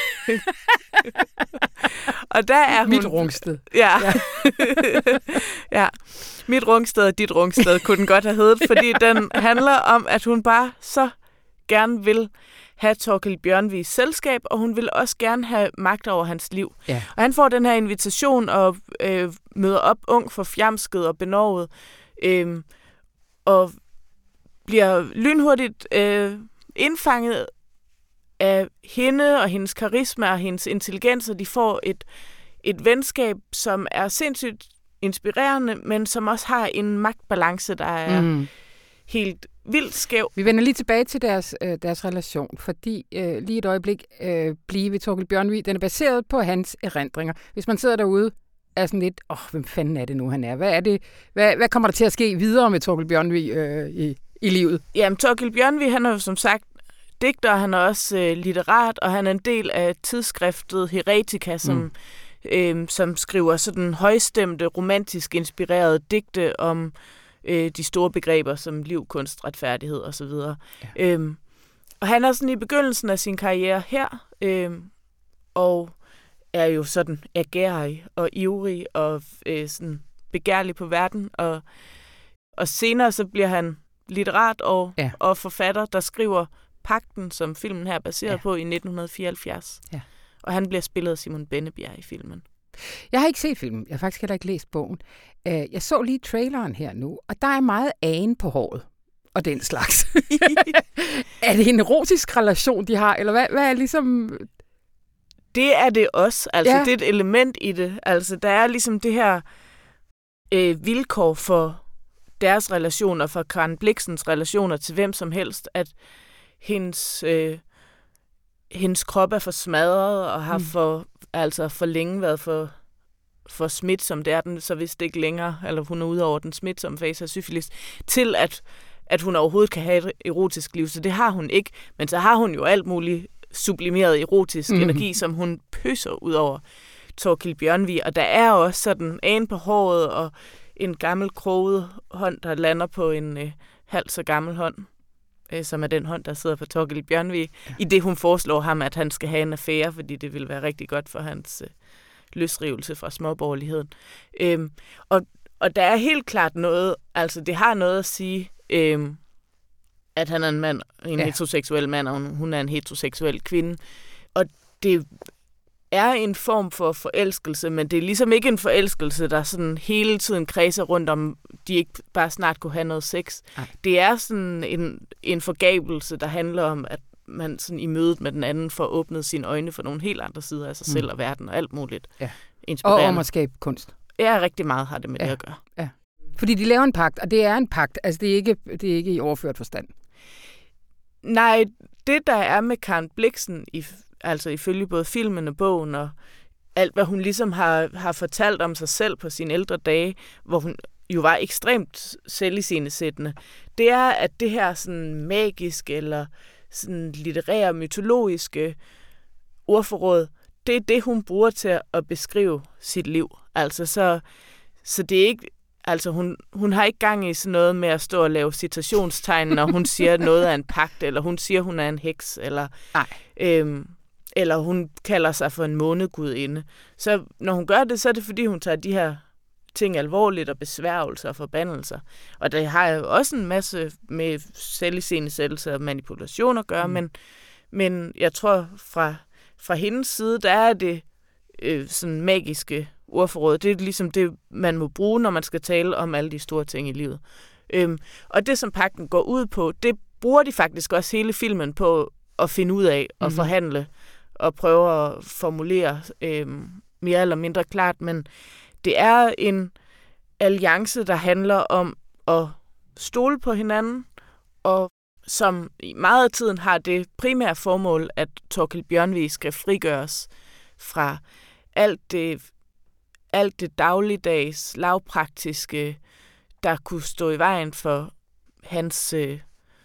Og der er hun... Mit Rungsted. Ja. Ja. ja. Mit Rungsted og dit Rungsted kunne den godt have heddet, fordi den handler om, at hun bare så gerne vil have Thorkild Bjørnvigs selskab, og hun vil også gerne have magt over hans liv. Ja. Og han får den her invitation og øh, møder op ung, forfjamsket og benovet, øh, og bliver lynhurtigt øh, indfanget af hende og hendes karisma og hendes intelligens, og de får et, et venskab, som er sindssygt inspirerende, men som også har en magtbalance, der er mm. helt vildt skæv. Vi vender lige tilbage til deres, øh, deres relation, fordi øh, lige et øjeblik øh, blive ved Thorkild Bjørnvig, den er baseret på hans erindringer. Hvis man sidder derude, er sådan lidt, åh, oh, hvem fanden er det nu, han er? Hvad er det? Hvad, hvad kommer der til at ske videre med Thorkild Bjørnvig øh, i, i livet? Jamen, Thorkild Bjørnvig, han er jo som sagt digter, han er også øh, litterat, og han er en del af tidsskriftet Heretica, som, mm. øh, som skriver sådan højstemte, romantisk inspirerede digte om øh, de store begreber som liv, kunst, retfærdighed osv. Ja. Øhm, og han er sådan i begyndelsen af sin karriere her, øh, og er jo sådan agerig og ivrig og øh, sådan begærlig på verden, og, og senere så bliver han litterat og, ja. og forfatter, der skriver Pagten, som filmen her er baseret ja. på i nitten fireoghalvfjerds. Ja. Og han bliver spillet af Simon Bennebjerg i filmen. Jeg har ikke set filmen. Jeg har faktisk heller ikke læst bogen. Jeg så lige traileren her nu, og der er meget agen på håret og den slags. Er det en erotisk relation, de har, eller hvad, hvad er ligesom... Det er det også. Altså, ja. Det er et element i det. Altså, der er ligesom det her øh, vilkår for deres relationer, for Karen Blixens relationer til hvem som helst, at hendes, øh, hendes krop er for smadret og har mm. for, altså for længe været for, for smitsom. Det er den så vist ikke længere, eller hun er ude over den smitsomme fase af syfilis, til at, at hun overhovedet kan have et erotisk liv. Så det har hun ikke. Men så har hun jo alt muligt sublimeret erotisk mm. energi, som hun pøser ud over Thorkild Bjørnvig. Og der er også sådan en på håret og en gammel kroget hånd, der lander på en øh, halv så gammel hånd, øh, som er den hånd, der sidder på Thorkild Bjørnvig, ja. i det hun foreslår ham, at han skal have en affære, fordi det vil være rigtig godt for hans øh, løsrivelse fra småborgerligheden. Øhm, og, og der er helt klart noget, altså det har noget at sige, øh, at han er en mand, en ja. heteroseksuel mand, og hun, hun er en heteroseksuel kvinde. Og det er en form for forelskelse, men det er ligesom ikke en forelskelse, der sådan hele tiden kredser rundt om, de ikke bare snart kunne have noget sex. Ej. Det er sådan en, en forgabelse, der handler om, at man sådan i mødet med den anden får åbnet sine øjne for nogle helt andre sider af sig mm. selv og verden og alt muligt. Ja. Og om at skabe kunst. Ja, rigtig meget har det med ja. det at gøre. Ja. Fordi de laver en pagt, og det er en pagt, altså det er ikke, det er ikke i overført forstand. Nej, det der er med Karen Blixen, i, altså ifølge både filmen og bogen, og alt hvad hun ligesom har, har fortalt om sig selv på sine ældre dage, hvor hun jo var ekstremt selviscenesættende, det er, at det her sådan magiske eller sådan litterære, mytologiske ordforråd, det er det, hun bruger til at beskrive sit liv. Altså, så, så det er ikke, altså hun, hun har ikke gang i sådan noget med at stå og lave citationstegn, når hun siger noget af en pagt, eller hun siger, hun er en heks, eller, øhm, eller hun kalder sig for en månegudinde. Så når hun gør det, så er det, fordi hun tager de her ting alvorligt, og besværgelser og forbandelser. Og det har jo også en masse med selviscenesættelse og manipulation at gøre, mm. men, men jeg tror, fra, fra hendes side, der er det øh, sådan magiske ordforråd. Det er ligesom det, man må bruge, når man skal tale om alle de store ting i livet. Øhm, og det, som pagten går ud på, det bruger de faktisk også hele filmen på at finde ud af, og mm. forhandle, og prøve at formulere øh, mere eller mindre klart, men det er en alliance, der handler om at stole på hinanden, og som i meget af tiden har det primære formål, at Thorkild Bjørnvig skal frigøres fra alt det, alt det dagligdags, lavpraktiske, der kunne stå i vejen for hans øh,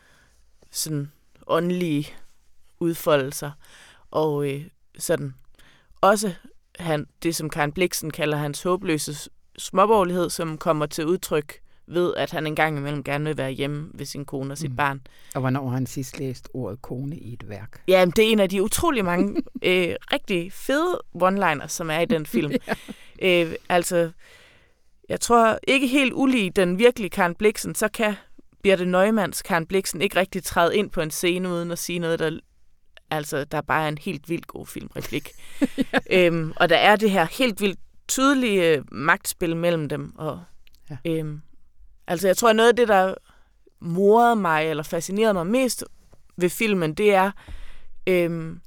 sådan åndelige udfoldelser. Og øh, sådan også han, det, som Karen Blixen kalder hans håbløse småborgerlighed, som kommer til udtryk ved, at han engang imellem gerne vil være hjemme ved sin kone og sit mm. barn. Og hvornår har han sidst læst ordet kone i et værk? Ja, det er en af de utrolig mange øh, rigtig fede one-liners, som er i den film. ja. øh, altså, jeg tror ikke helt ulig den virkelige Karen Blixen, så kan Birthe Neumanns Karen Blixen ikke rigtig træde ind på en scene uden at sige noget, der altså, der bare er en helt vildt god filmreplik. ja. øhm, og der er det her helt vildt tydelige magtspil mellem dem. Og, ja. øhm, altså, jeg tror, at noget af det, der morede mig, eller fascinerede mig mest ved filmen, det er øhm,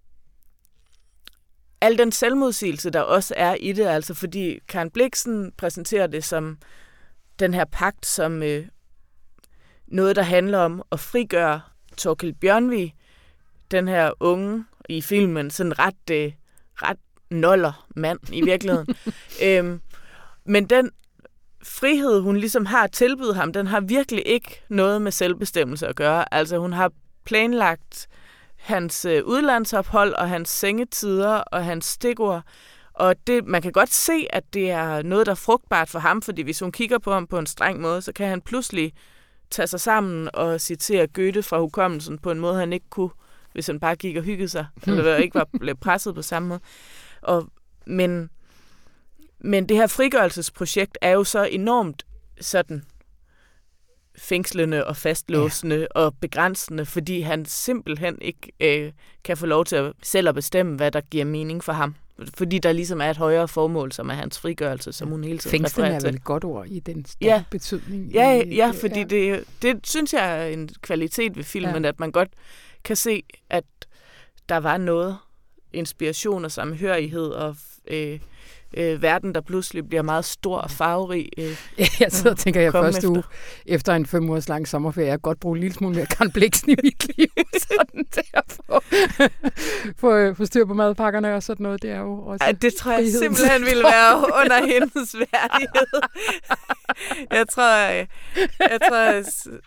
al den selvmodsigelse, der også er i det. Altså, fordi Karen Blixen præsenterer det som den her pagt, som øh, noget, der handler om at frigøre Thorkild Bjørnvig, den her unge i filmen, sådan ret, øh, ret noller mand i virkeligheden. øhm, men den frihed, hun ligesom har tilbydet ham, den har virkelig ikke noget med selvbestemmelse at gøre. Altså hun har planlagt hans øh, udlandsophold og hans sengetider og hans stikord. Og det, man kan godt se, at det er noget, der er frugtbart for ham, fordi hvis hun kigger på ham på en streng måde, så kan han pludselig tage sig sammen og citere Goethe fra hukommelsen på en måde, han ikke kunne, hvis han bare gik og hyggede sig, eller ikke var blevet presset på samme måde. Og, men, men det her frigørelsesprojekt er jo så enormt sådan fængslende og fastlåsende ja. og begrænsende, fordi han simpelthen ikke øh, kan få lov til at selv at bestemme, hvad der giver mening for ham. Fordi der ligesom er et højere formål, som er hans frigørelse, som hun hele tiden refererer til. Fængslende er vel et godt ord i den store ja. betydning. Ja, i, ja fordi ja. Det, det synes jeg er en kvalitet ved filmen, ja. at man godt kan se, at der var noget inspiration og samhørighed og øh, øh, verden, der pludselig bliver meget stor og farverig. Øh, jeg sidder og tænker, jeg første uge efter en fem ugers lang sommerferie, jeg godt bruge en lille smule mere Karen Blixen i mit liv. Sådan der for, for, for styr på madpakkerne og sådan noget. Det er jo også Ej, det tror jeg friheden. Simpelthen ville være under hendes værdighed. jeg tror, jeg, jeg tror, jeg,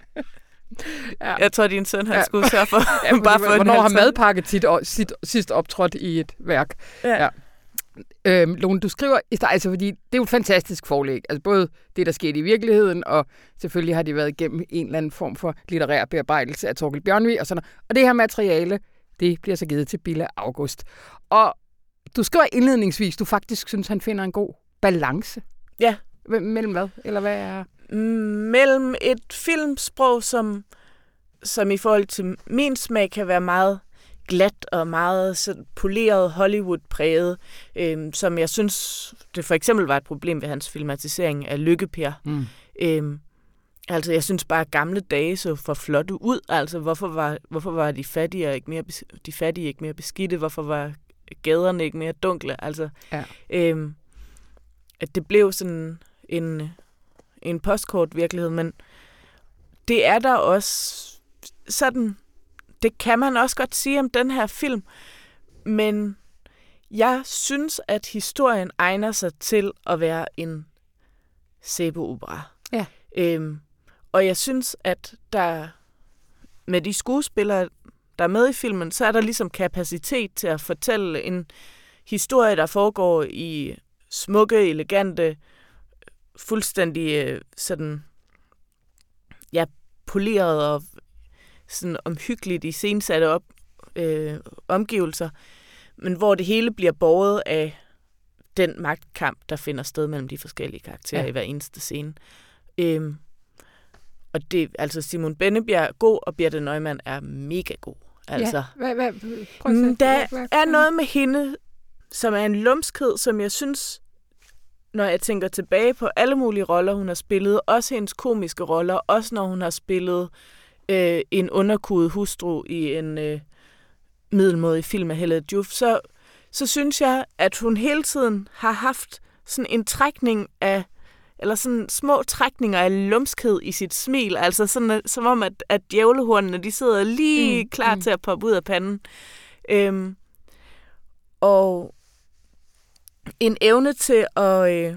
Ja. Jeg tror, din søn han ja. skulle sørge for ja, bare for hvornår har madpakket sit, sit, sidst optrådt i et værk? Ja. Ja. Øhm, Lone, du skriver, altså fordi det er jo et fantastisk forlæg, altså både det, der skete i virkeligheden, og selvfølgelig har de været igennem en eller anden form for litterær bearbejdelse af Thorkild Bjørnvig og sådan noget. Og det her materiale, det bliver så givet til Bille August. Og du skriver indledningsvis, du faktisk synes, han finder en god balance. Ja. Mellem hvad? Eller hvad er... Mellem et filmsprog, som, som i forhold til min smag kan være meget glat og meget sådan poleret Hollywood-præget, øhm, som jeg synes, det for eksempel var et problem ved hans filmatisering af Lykke-Per. Mm. Øhm, altså, jeg synes bare, at gamle dage så for flotte ud. Altså, hvorfor var, hvorfor var de fattige ikke mere, de fattige ikke mere beskidte? Hvorfor var gaderne ikke mere dunkle? Altså, ja. øhm, at det blev sådan en... en postkort virkelighed, men det er der også sådan det kan man også godt sige om den her film, men jeg synes, at historien egner sig til at være en sæbeopera. Ja. Øhm, og jeg synes, at der med de skuespillere, der er med i filmen, så er der ligesom kapacitet til at fortælle en historie, der foregår i smukke, elegante, fuldstændig øh, sådan, ja, poleret og sådan omhyggeligt iscenesatte op, øh, omgivelser, men hvor det hele bliver båret af den magtkamp, der finder sted mellem de forskellige karakterer ja. i hver eneste scene. Øhm, og det, altså Simon Bennebjerg er god, og Birthe Neumann er mega god. Altså, ja. hvad, hvad, prøv at sætte, der hvad, hvad, er noget med hende, som er en lumskhed, som jeg synes, når jeg tænker tilbage på alle mulige roller, hun har spillet, også hendes komiske roller, også når hun har spillet øh, en underkudet hustru i en øh, middelmådig film af Helle Juf, så, så synes jeg, at hun hele tiden har haft sådan en trækning af, eller sådan små trækninger af lumskhed i sit smil, altså sådan, at, som om, at, at djævlehornene, de sidder lige mm, klar mm. til at poppe ud af panden. Øhm, og en evne til at, øh,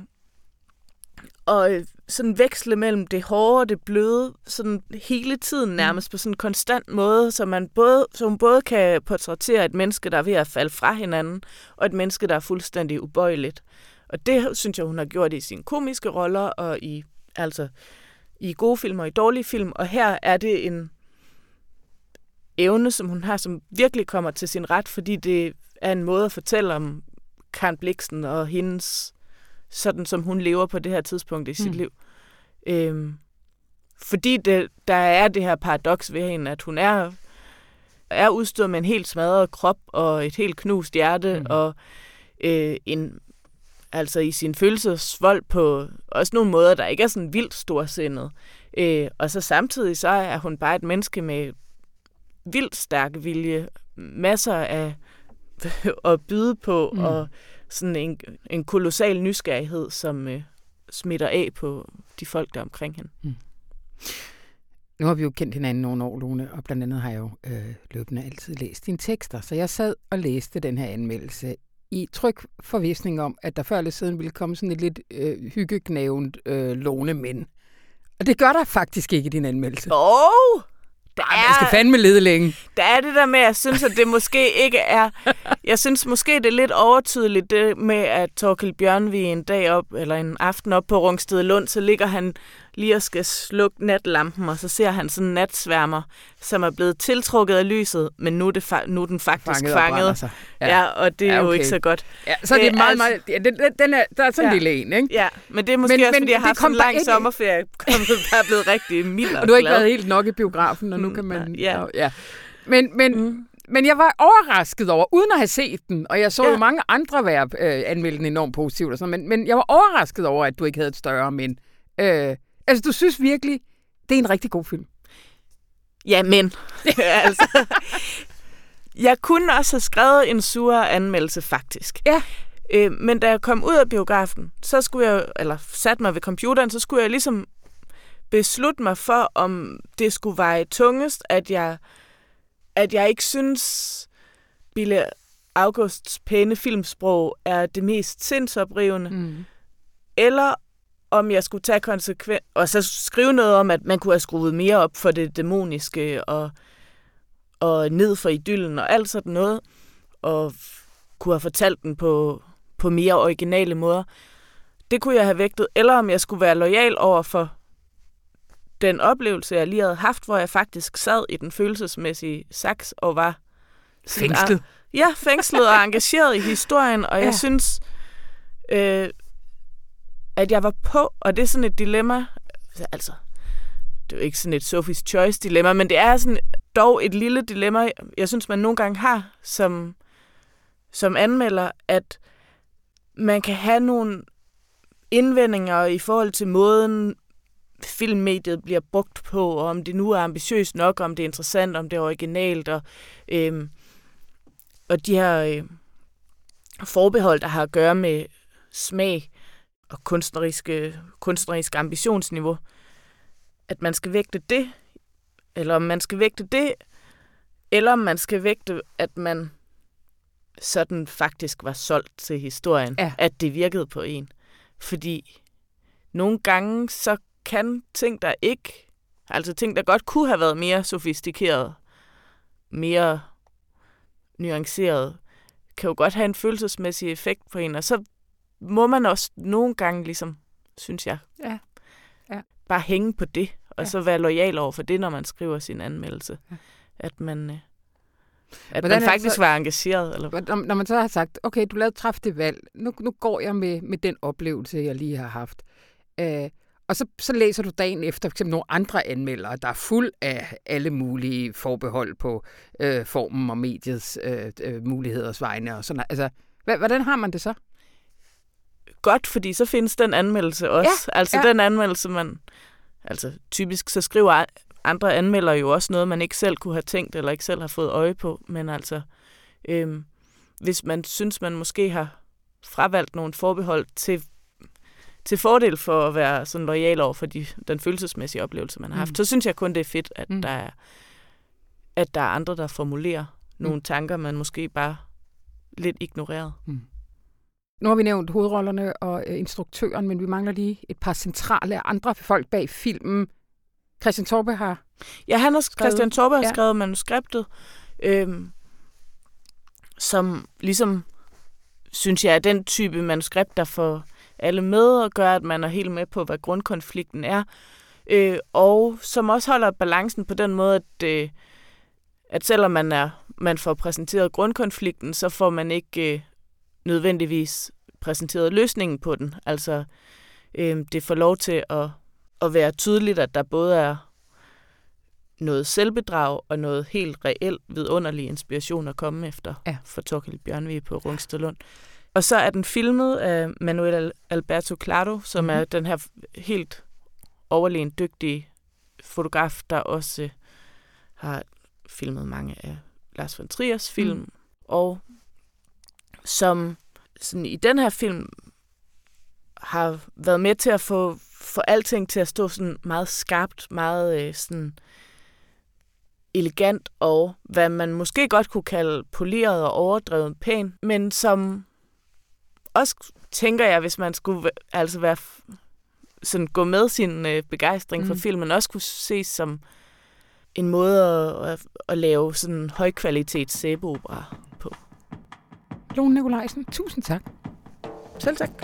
at sådan veksle mellem det hårde og det bløde, sådan hele tiden nærmest mm. på sådan en konstant måde, så man både, så man både kan portrættere et menneske, der er ved at falde fra hinanden, og et menneske, der er fuldstændig ubøjeligt. Og det synes jeg, hun har gjort i sine komiske roller, og i, altså, i gode film og i dårlige film. Og her er det en evne, som hun har, som virkelig kommer til sin ret, fordi det er en måde at fortælle om Karen Blixen og hendes, sådan som hun lever på det her tidspunkt i sit mm. liv. Øhm, fordi det, der er det her paradoks ved hende, at hun er, er udstyret med en helt smadret krop og et helt knust hjerte, mm. og øh, en, altså i sin følelsesvold på også nogle måder, der ikke er sådan vildt storsindet. Øh, og så samtidig så er hun bare et menneske med vildt stærk vilje, masser af at byde på, mm. og sådan en, en kolossal nysgerrighed, som øh, smitter af på de folk, der er omkring hende. Mm. Nu har vi jo kendt hinanden nogle år, Lone, og blandt andet har jeg jo øh, løbende altid læst dine tekster, så jeg sad og læste den her anmeldelse i tryg forvisning om, at der før eller siden ville komme sådan et lidt øh, hyggeknævent øh, Lone men. Og det gør der faktisk ikke i din anmeldelse. Åh! Oh! Der er, jeg skal fandme lede længe. Der er det der med, at jeg synes, at det måske ikke er... Jeg synes måske, det er lidt overtydeligt, det med, at Torkild Bjørnvig en dag op, eller en aften op på Rungsted Lund, så ligger han lige og skal slukke natlampen, og så ser han sådan en natsværmer, som er blevet tiltrukket af lyset, men nu er, det fa- nu er den faktisk fanget. fanget. Ja. ja, og det er ja, okay. jo ikke så godt. Ja, så det er meget, meget... Ja, den, den er, der er sådan en ja. lille en, ikke? Ja, men det er måske men, også, fordi jeg har haft en lang ikke... sommerferie, der er blevet rigtig mild og og du har ikke glad. været helt nok i biografen, og nu kan man... Ja. ja. Men... men mm. Men jeg var overrasket over, uden at have set den, og jeg så ja. jo mange andre være øh, anmeldt den enormt positivt, og sådan, men, men jeg var overrasket over, at du ikke havde et større men. Øh, altså, du synes virkelig, det er en rigtig god film? Ja, men. altså, jeg kunne også have skrevet en sur anmeldelse, faktisk. Ja. Øh, men da jeg kom ud af biografen, så skulle jeg, eller satte mig ved computeren, så skulle jeg ligesom beslutte mig for, om det skulle veje tungest, at jeg at jeg ikke synes, Bille Augusts pæne filmsprog er det mest sindsoprivende, mm. eller om jeg skulle tage konsekvens og så skrive noget om, at man kunne have skruet mere op for det dæmoniske, og, og ned for idyllen, og alt sådan noget, og kunne have fortalt den på, på mere originale måder. Det kunne jeg have vægtet, eller om jeg skulle være loyal over for den oplevelse, jeg lige havde haft, hvor jeg faktisk sad i den følelsesmæssige saks og var fængslet. Ja, fængslet og engageret i historien, og ja. jeg synes, øh, at jeg var på, og det er sådan et dilemma, altså, det er jo ikke sådan et Sophie's Choice dilemma, men det er sådan dog et lille dilemma, jeg synes, man nogle gange har som, som anmelder, at man kan have nogle indvendinger i forhold til måden, filmmediet bliver brugt på, og om det nu er ambitiøst nok, om det er interessant, om det er originalt, og, øhm, og de her øh, forbehold, der har at gøre med smag og kunstneriske, kunstnerisk ambitionsniveau, at man skal vægte det, eller om man skal vægte det Eller om man skal vægte, at man sådan faktisk var solgt til historien, ja. At det virkede på en. Fordi nogle gange, så kan ting, der ikke, altså ting, der godt kunne have været mere sofistikeret, mere nuanceret, kan jo godt have en følelsesmæssig effekt på en, og så må man også nogle gange, ligesom, synes jeg, ja. Ja. bare hænge på det, og ja. så være lojal over for det, når man skriver sin anmeldelse. Ja. At man, at Hvordan man faktisk så, var engageret. Eller? Når, når man så har sagt, okay, du lavede træffe det valg, nu, nu går jeg med, med den oplevelse, jeg lige har haft. Øh, og så, så læser du dagen efter for eksempel nogle andre anmeldere, der er fuld af alle mulige forbehold på øh, formen og mediets øh, øh, muligheders vegne. Og sådan. Altså, hvordan har man det så? Godt, fordi så findes den anmeldelse også. Ja, altså ja. Den anmeldelse, man... Altså typisk så skriver andre anmeldere jo også noget, man ikke selv kunne have tænkt, eller ikke selv har fået øje på. Men altså, øhm, hvis man synes, man måske har fravalgt nogle forbehold til, til fordel for at være sådan lojal over for de, den følelsesmæssige oplevelse, man har haft, mm. så synes jeg kun, det er fedt, at, mm. der, er, at der er andre, der formulerer mm. nogle tanker, man måske bare lidt ignoreret. Mm. Nu har vi nævnt hovedrollerne og øh, instruktøren, men vi mangler lige et par centrale andre folk bag filmen. Christian Torpe har Ja, han har skrevet, Christian Torpe har ja. skrevet manuskriptet, øhm, som ligesom, synes jeg, er den type manuskript, der får alle med og gør, at man er helt med på, hvad grundkonflikten er. Øh, og som også holder balancen på den måde, at, øh, at selvom man, er, man får præsenteret grundkonflikten, så får man ikke... Øh, nødvendigvis præsenteret løsningen på den. Altså, øh, det får lov til at, at være tydeligt, at der både er noget selvbedrag og noget helt reelt vidunderlig inspiration at komme efter ja. For Thorkild Bjørnvig på Rungstedlund. Og så er den filmet af Manuel Alberto Claro, som mm-hmm. er den her helt overlegen dygtige fotograf, der også øh, har filmet mange af Lars von Triers film, mm. og som sådan, i den her film har været med til at få, få alting til at stå sådan meget skarpt, meget øh, sådan elegant og hvad man måske godt kunne kalde poleret og overdrevet pæn, men som også tænker jeg, hvis man skulle altså være sådan gå med sin øh, begejstring mm. for filmen, også kunne ses som en måde at, at, at lave sådan højkvalitets sæbeopera på. Lone Nikolajsen, tusind tak. Selv tak.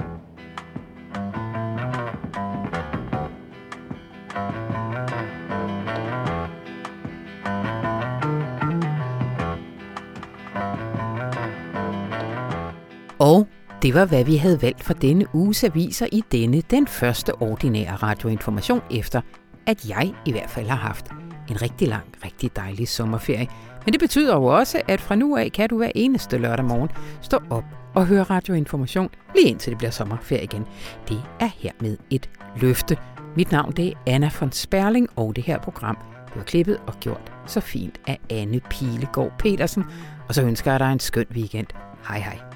Og det var, hvad vi havde valgt for denne uges aviser i denne, den første ordinære radioinformation, efter at jeg i hvert fald har haft en rigtig lang, rigtig dejlig sommerferie. Men det betyder jo også, at fra nu af kan du hver eneste lørdag morgen stå op og høre radioinformation, lige indtil det bliver sommerferie igen. Det er hermed et løfte. Mit navn det er Anna von Sperling, og det her program det var klippet og gjort så fint af Anne Pilegaard Petersen. Og så ønsker jeg dig en skøn weekend. Hej hej.